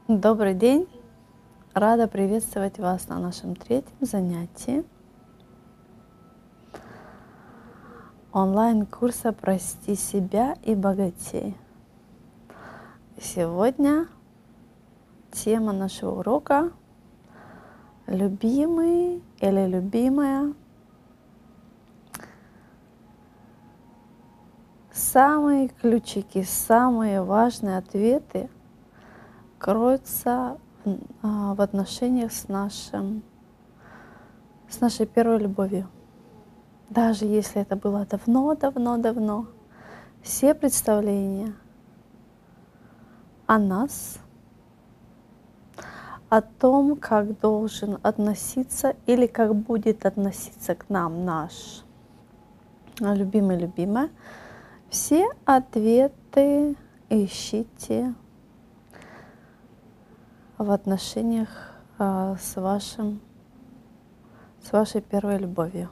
Добрый день! Рада приветствовать вас на нашем третьем занятии онлайн-курса «Прости себя и богатей». Сегодня тема нашего урока «Любимый или любимая». Самые ключики, самые важные ответы кроются в отношениях с нашей первой любовью. Даже если это было давно, все представления о нас, о том, как должен относиться или как будет относиться к нам наш любимый-любимая, все ответы ищите в отношениях с вашей первой любовью.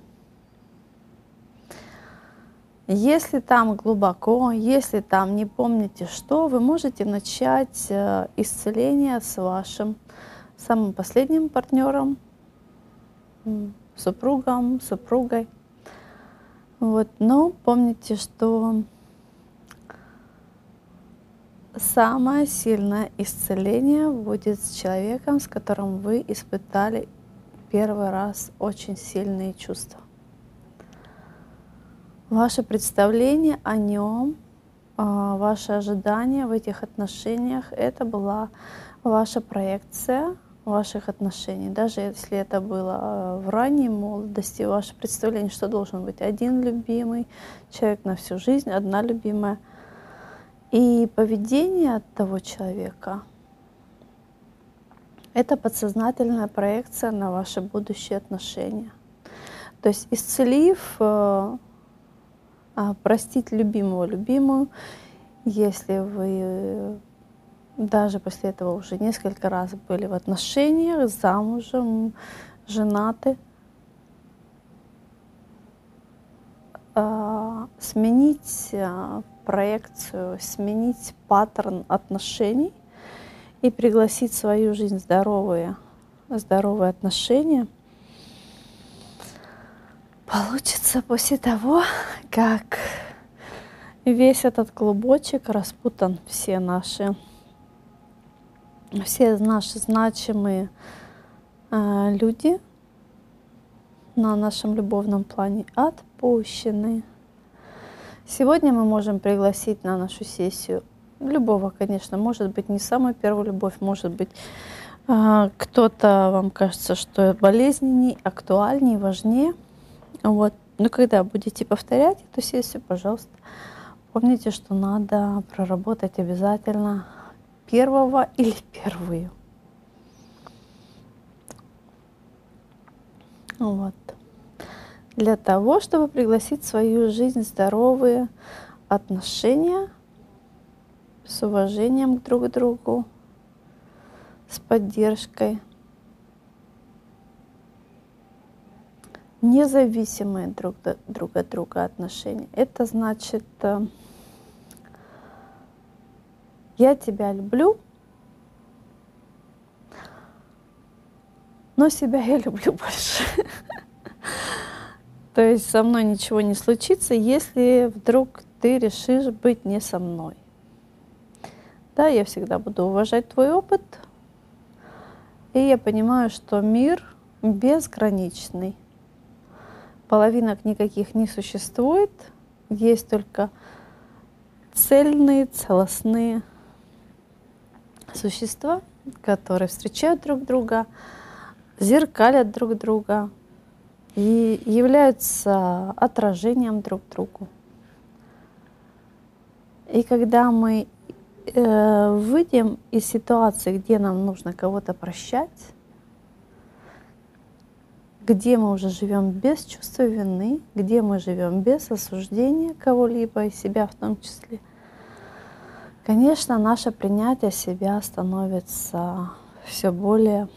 Если там глубоко, если там не помните что, вы можете начать исцеление с вашим самым последним партнером, супругом, супругой. Но помните, что самое сильное исцеление будет с человеком, с которым вы испытали первый раз очень сильные чувства. Ваше представление о нем, ваше ожидание в этих отношениях — это была ваша проекция ваших отношений. Даже если это было в ранней молодости, ваше представление, что должен быть один любимый человек на всю жизнь, одна любимая. И поведение того человека — это подсознательная проекция на ваши будущие отношения. То есть исцелив, простить любимую, если вы даже после этого уже несколько раз были в отношениях, замужем, женаты, сменить проекцию, сменить паттерн отношений и пригласить в свою жизнь здоровые отношения получится после того, как весь этот клубочек распутан, все наши значимые люди на нашем любовном плане отпущены. Сегодня мы можем пригласить на нашу сессию любого, конечно, может быть, не самую первую любовь, может быть, кто-то, вам кажется, что болезненней, актуальней, важнее. Но когда будете повторять эту сессию, пожалуйста, помните, что надо проработать обязательно первого или первую. Для того, чтобы пригласить в свою жизнь здоровые отношения с уважением друг к другу, с поддержкой, независимые друг от друга отношения. Это значит, я тебя люблю, но себя я люблю больше. То есть со мной ничего не случится, если вдруг ты решишь быть не со мной. Да, я всегда буду уважать твой опыт, и я понимаю, что мир безграничный. Половинок никаких не существует, есть только цельные, целостные существа, которые встречают друг друга, зеркалят друг друга и являются отражением друг другу. И когда мы выйдем из ситуации, где нам нужно кого-то прощать, где мы уже живем без чувства вины, где мы живем без осуждения кого-либо и себя в том числе, конечно, наше принятие себя становится все более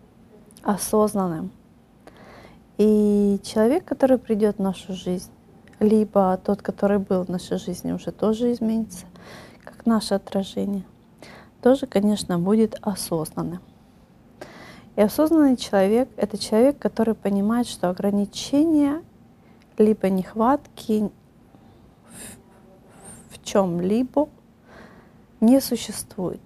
осознанным. И человек, который придет в нашу жизнь, либо тот, который был в нашей жизни, уже тоже изменится, как наше отражение, тоже, конечно, будет осознанным. И осознанный человек — это человек, который понимает, что ограничения либо нехватки в чем-либо не существует.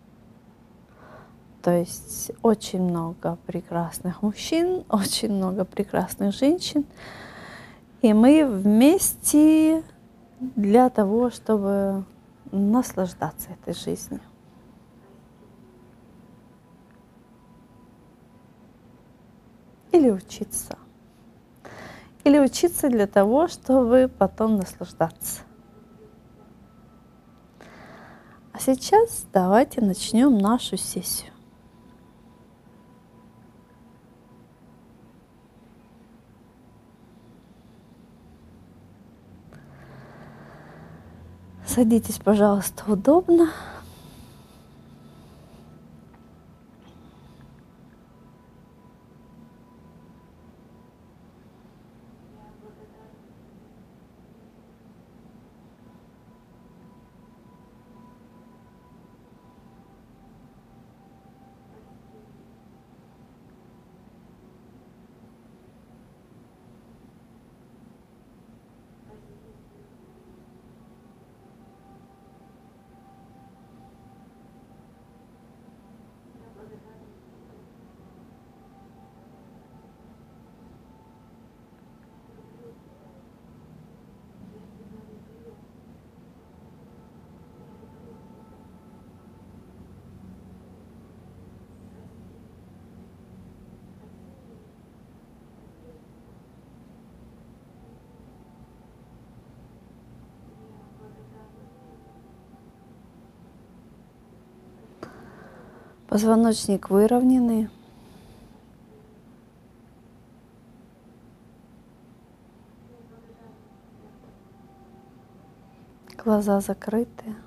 То есть очень много прекрасных мужчин, очень много прекрасных женщин. И мы вместе для того, чтобы наслаждаться этой жизнью. Или учиться. Или учиться для того, чтобы потом наслаждаться. А сейчас давайте начнем нашу сессию. Садитесь, пожалуйста, удобно. Позвоночник выровненный. Глаза закрыты.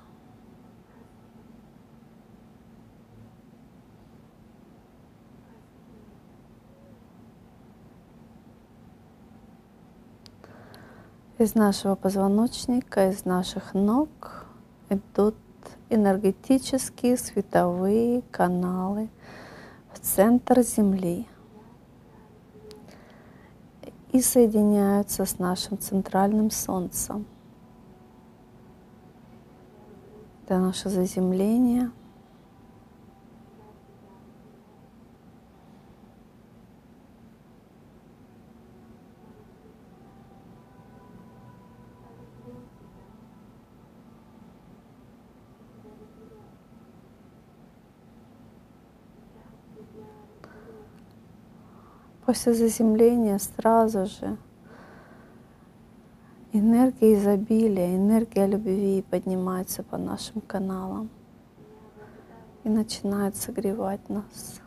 Из нашего позвоночника, из наших ног идут энергетические световые каналы в центр Земли и соединяются с нашим центральным Солнцем. Это наше заземление. После заземления сразу же энергия изобилия, энергия любви поднимается по нашим каналам и начинает согревать нас.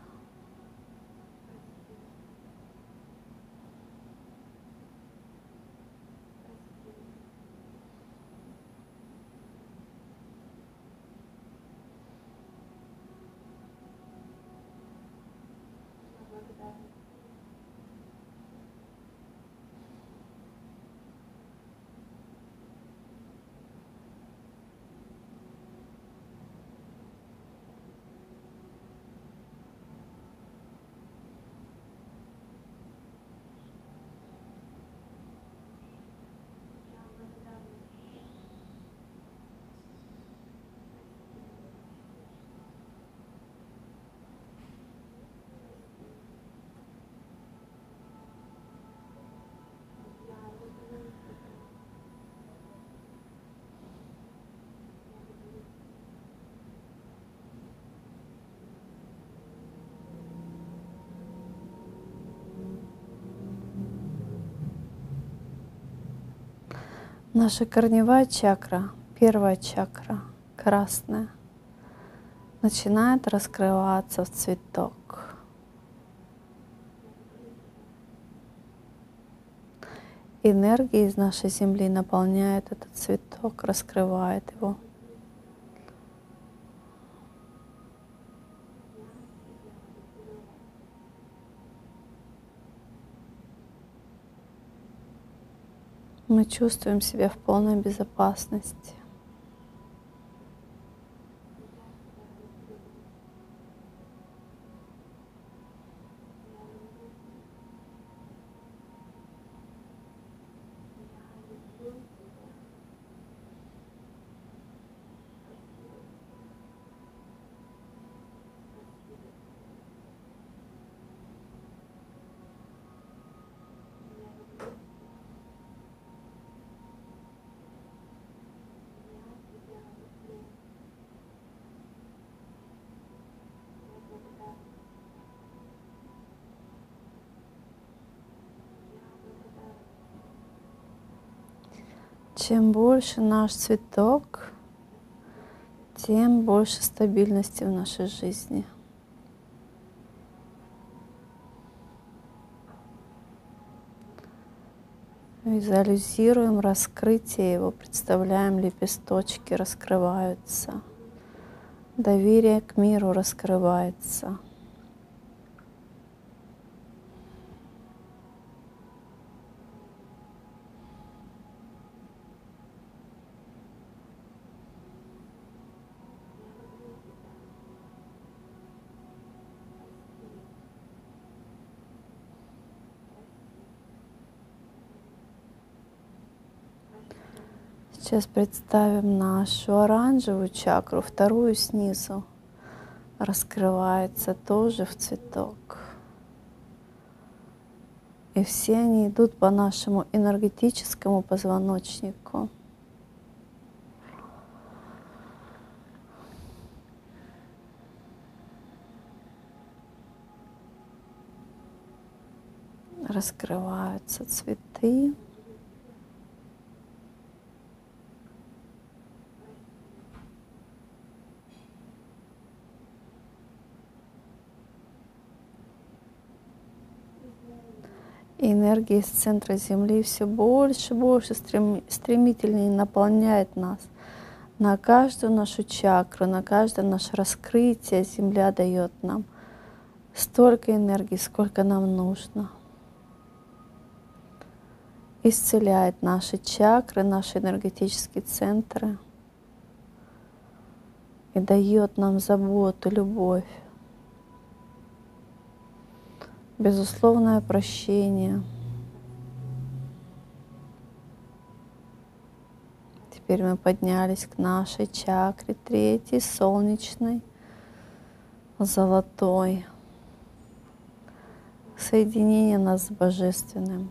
Наша корневая чакра, первая чакра, красная, начинает раскрываться в цветок. Энергия из нашей Земли наполняет этот цветок, раскрывает его. Мы чувствуем себя в полной безопасности. Чем больше наш цветок, тем больше стабильности в нашей жизни. Визуализируем раскрытие его, представляем, лепесточки раскрываются, доверие к миру раскрывается. Сейчас представим нашу оранжевую чакру, вторую снизу, раскрывается тоже в цветок. И все они идут по нашему энергетическому позвоночнику. Раскрываются цветы. И энергия из центра Земли все больше и больше стремительнее наполняет нас. На каждую нашу чакру, на каждое наше раскрытие Земля дает нам столько энергии, сколько нам нужно. Исцеляет наши чакры, наши энергетические центры и дает нам заботу, любовь, безусловное прощение. Теперь мы поднялись к нашей чакре, третьей, солнечной, золотой. Соединение нас с Божественным.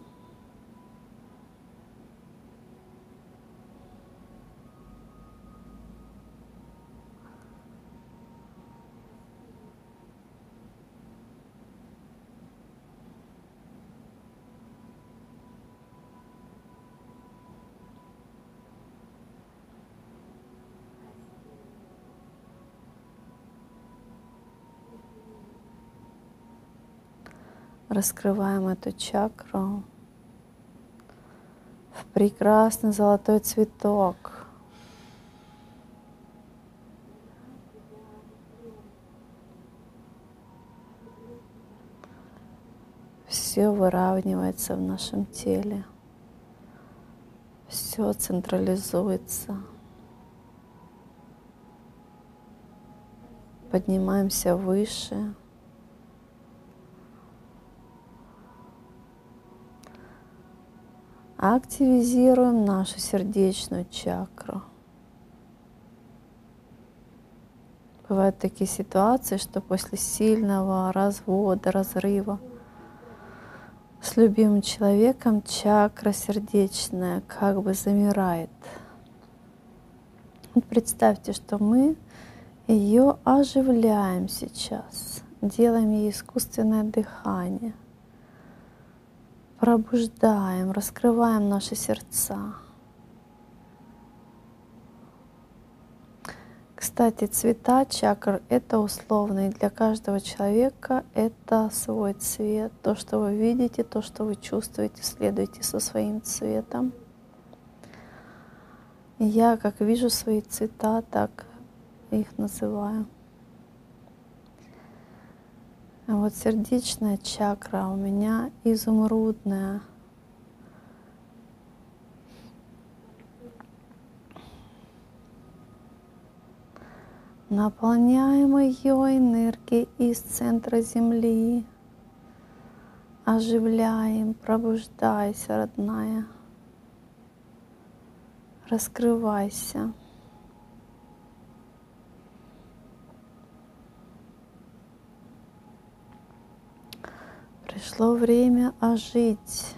Раскрываем эту чакру в прекрасный золотой цветок. Все выравнивается в нашем теле, все централизуется. Поднимаемся выше. Активизируем нашу сердечную чакру. Бывают такие ситуации, что после сильного развода, разрыва с любимым человеком чакра сердечная как бы замирает. Вот представьте, что мы ее оживляем сейчас, делаем ей искусственное дыхание. Пробуждаем, раскрываем наши сердца. Кстати, цвета чакр — это условные. Для каждого человека это свой цвет. То, что вы видите, то, что вы чувствуете, следуйте со своим цветом. И я, как вижу свои цвета, так их называю. А вот сердечная чакра у меня изумрудная. Наполняем ее энергией из центра Земли. Оживляем, пробуждайся, родная. Раскрывайся. Пришло время ожить.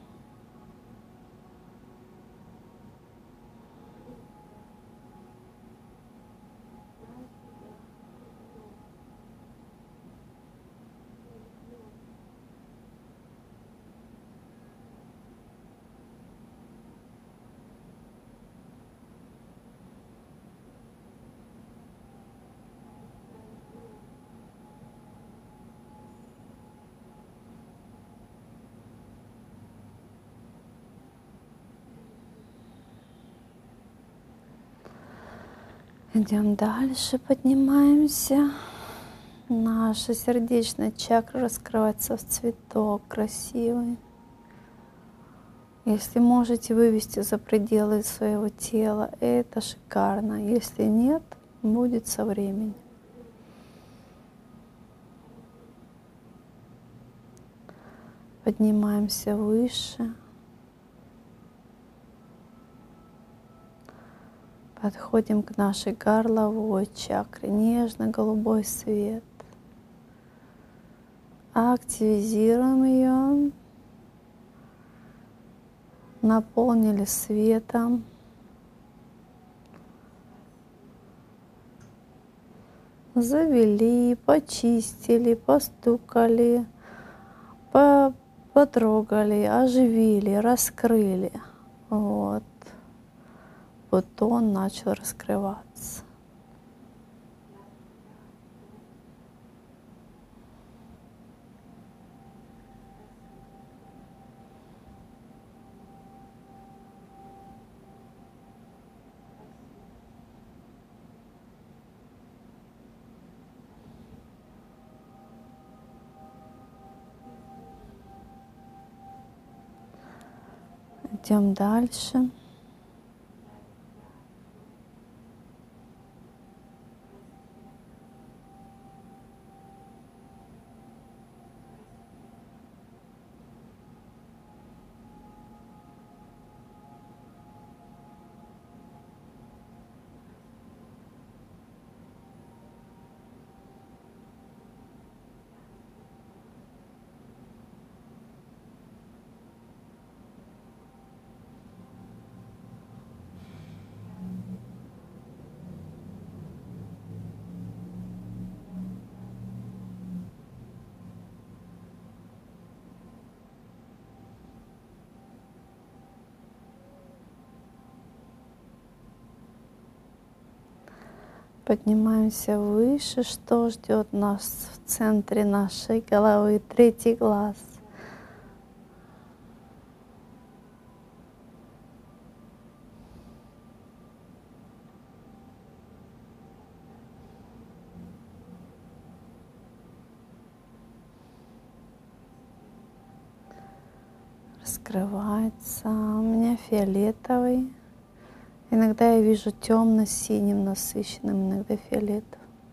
Идем дальше, поднимаемся. Наша сердечная чакра раскрывается в цветок красивый. Если можете вывести за пределы своего тела, это шикарно. Если нет, будет со временем. Поднимаемся выше. Подходим к нашей горловой чакре. Нежно-голубой свет. Активизируем ее. Наполнили светом. Завели, почистили, постукали, потрогали, оживили, раскрыли. Вот. Бутон начал раскрываться. Идем дальше. Поднимаемся выше. Что ждет нас в центре нашей головы? Третий глаз. Раскрывается. У меня фиолетовый. Иногда я вижу темно-синим, насыщенным, иногда фиолетовым.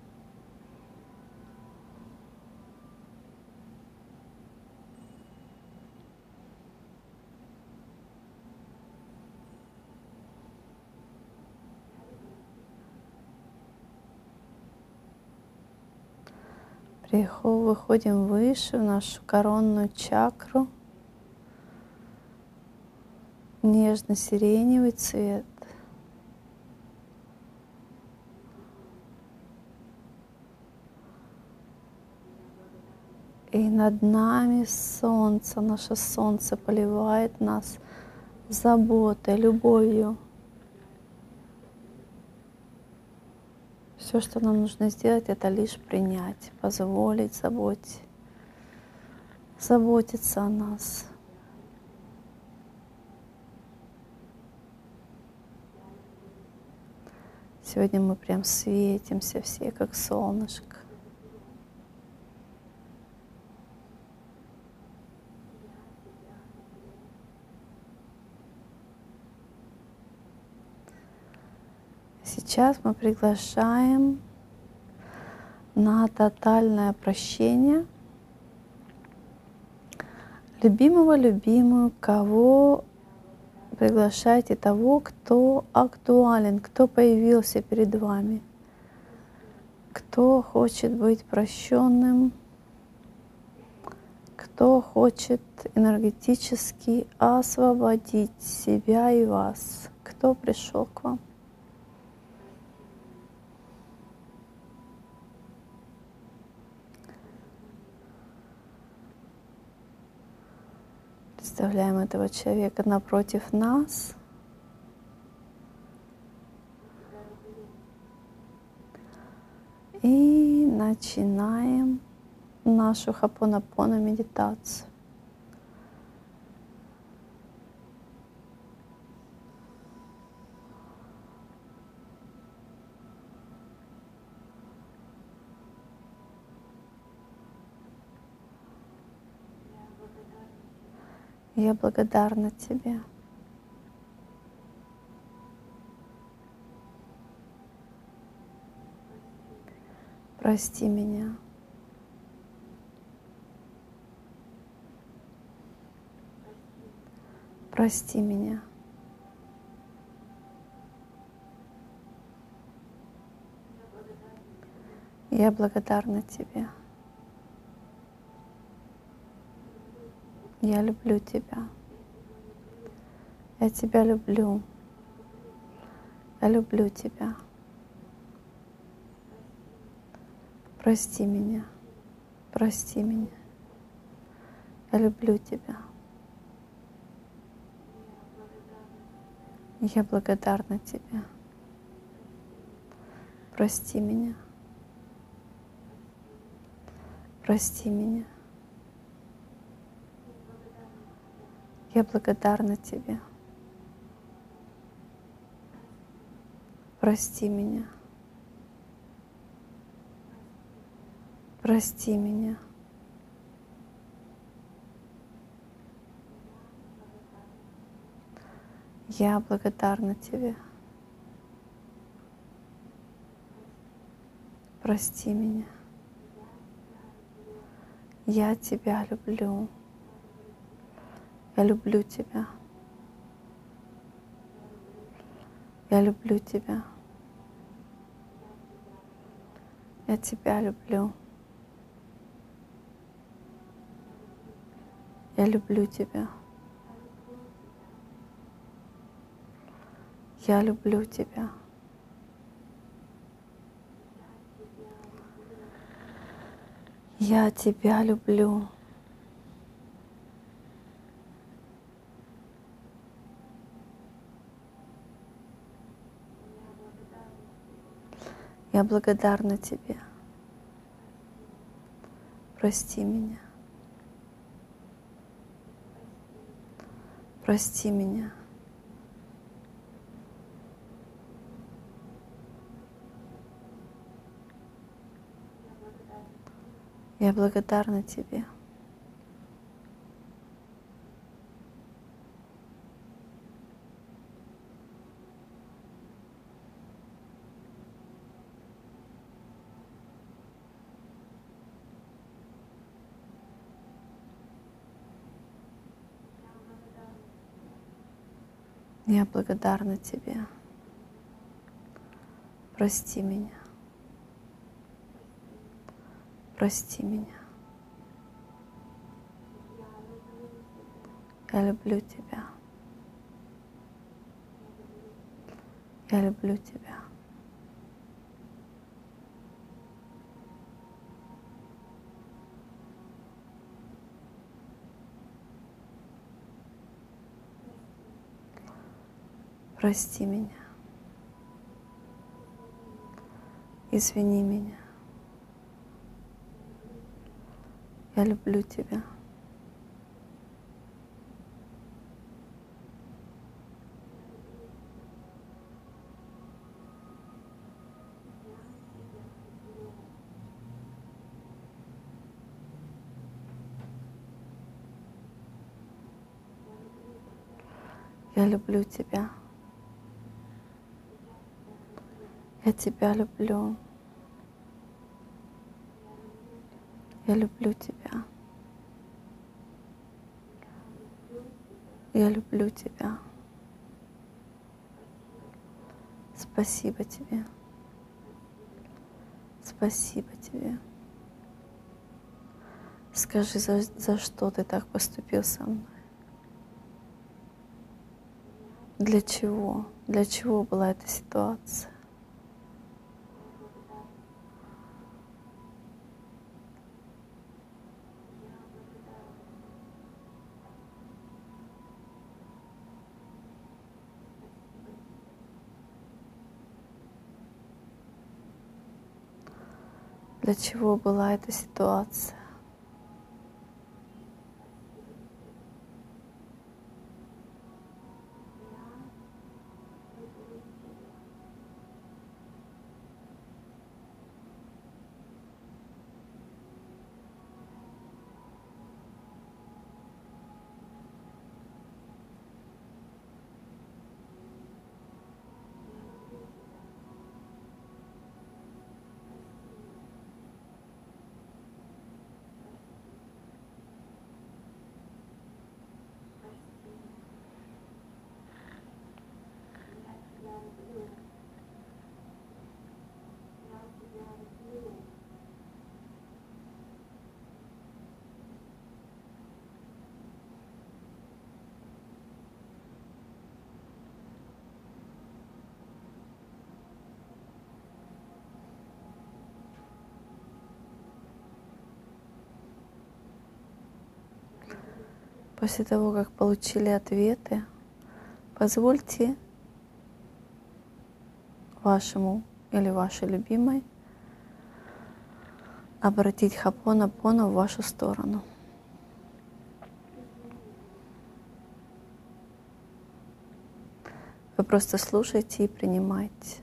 Выходим выше в нашу коронную чакру. Нежно-сиреневый цвет. И над нами солнце, наше солнце поливает нас заботой, любовью. Все, что нам нужно сделать, это лишь принять, позволить заботиться о нас. Сегодня мы прям светимся все, как солнышко. Сейчас мы приглашаем на тотальное прощение любимую, кого приглашайте, того, кто актуален, кто появился перед вами, кто хочет быть прощенным, кто хочет энергетически освободить себя и вас, кто пришел к вам. Представляем этого человека напротив нас. И начинаем нашу хопонопоно медитацию. Я благодарна тебе. Прости меня. Прости меня. Я благодарна тебе. Я люблю тебя. Я тебя люблю. Я люблю тебя. Прости меня. Прости меня. Я люблю тебя. Я благодарна тебе. Прости меня. Прости меня. Я благодарна тебе. Прости меня. Прости меня. Я благодарна тебе. Прости меня. Я тебя люблю. Я люблю тебя. Я люблю тебя. Я тебя люблю. Я люблю тебя. Я люблю тебя. Я тебя люблю. Я благодарна тебе. Прости меня. Прости меня. Я благодарна тебе. Я благодарна тебе. Прости меня. Прости меня. Я люблю тебя. Я люблю тебя. Прости меня. Извини меня. Я люблю тебя. Я люблю тебя. Я тебя люблю. Я люблю тебя. Я люблю тебя. Спасибо тебе. Спасибо тебе. Скажи, за что ты так поступил со мной? Для чего? Для чего была эта ситуация? Для чего была эта ситуация? После того, как получили ответы, позвольте вашему или вашей любимой обратить Хопонопоно в вашу сторону. Вы просто слушайте и принимайте.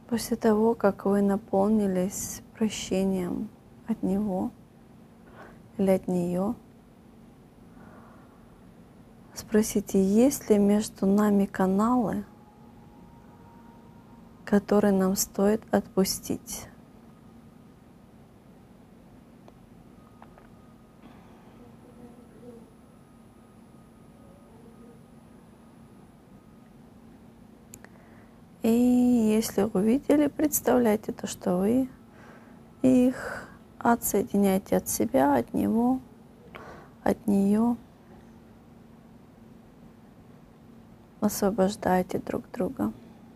После того, как вы наполнились прощением от него или от нее, спросите, есть ли между нами каналы, которые нам стоит отпустить. И если увидели, представляйте то, что вы их отсоединяете от себя, от него, от нее. Освобождайте друг друга.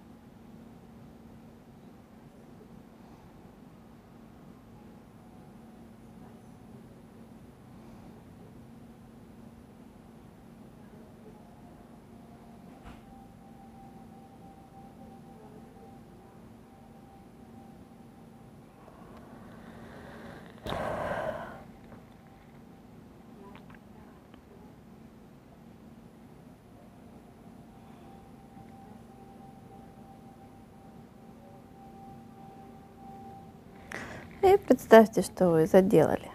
И представьте, что вы заделали.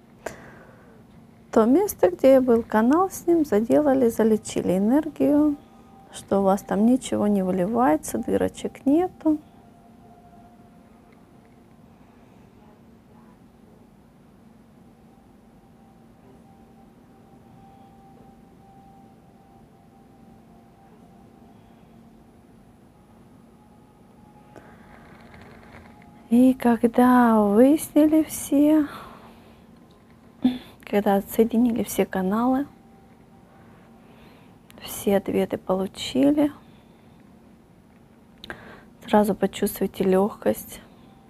То место, где был канал с ним, заделали, залечили энергию, что у вас там ничего не выливается, дырочек нету. И когда выяснили все, когда соединили все каналы, все ответы получили, сразу почувствуйте легкость.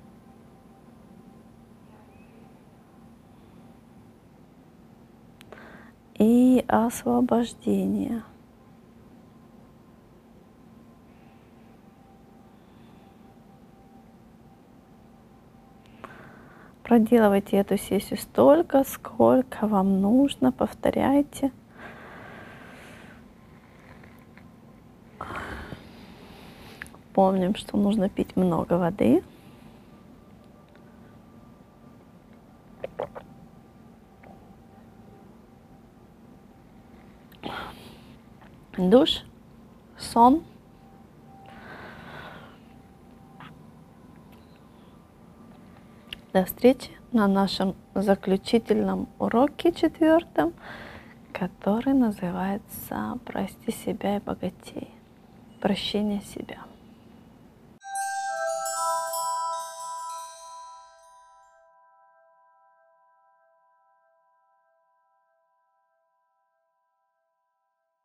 И освобождение. Проделывайте эту сессию столько, сколько вам нужно, повторяйте. Помним, что нужно пить много воды. Душ, сон. До встречи на нашем заключительном уроке 4, который называется «Прости себя и богатей». Прощение себя.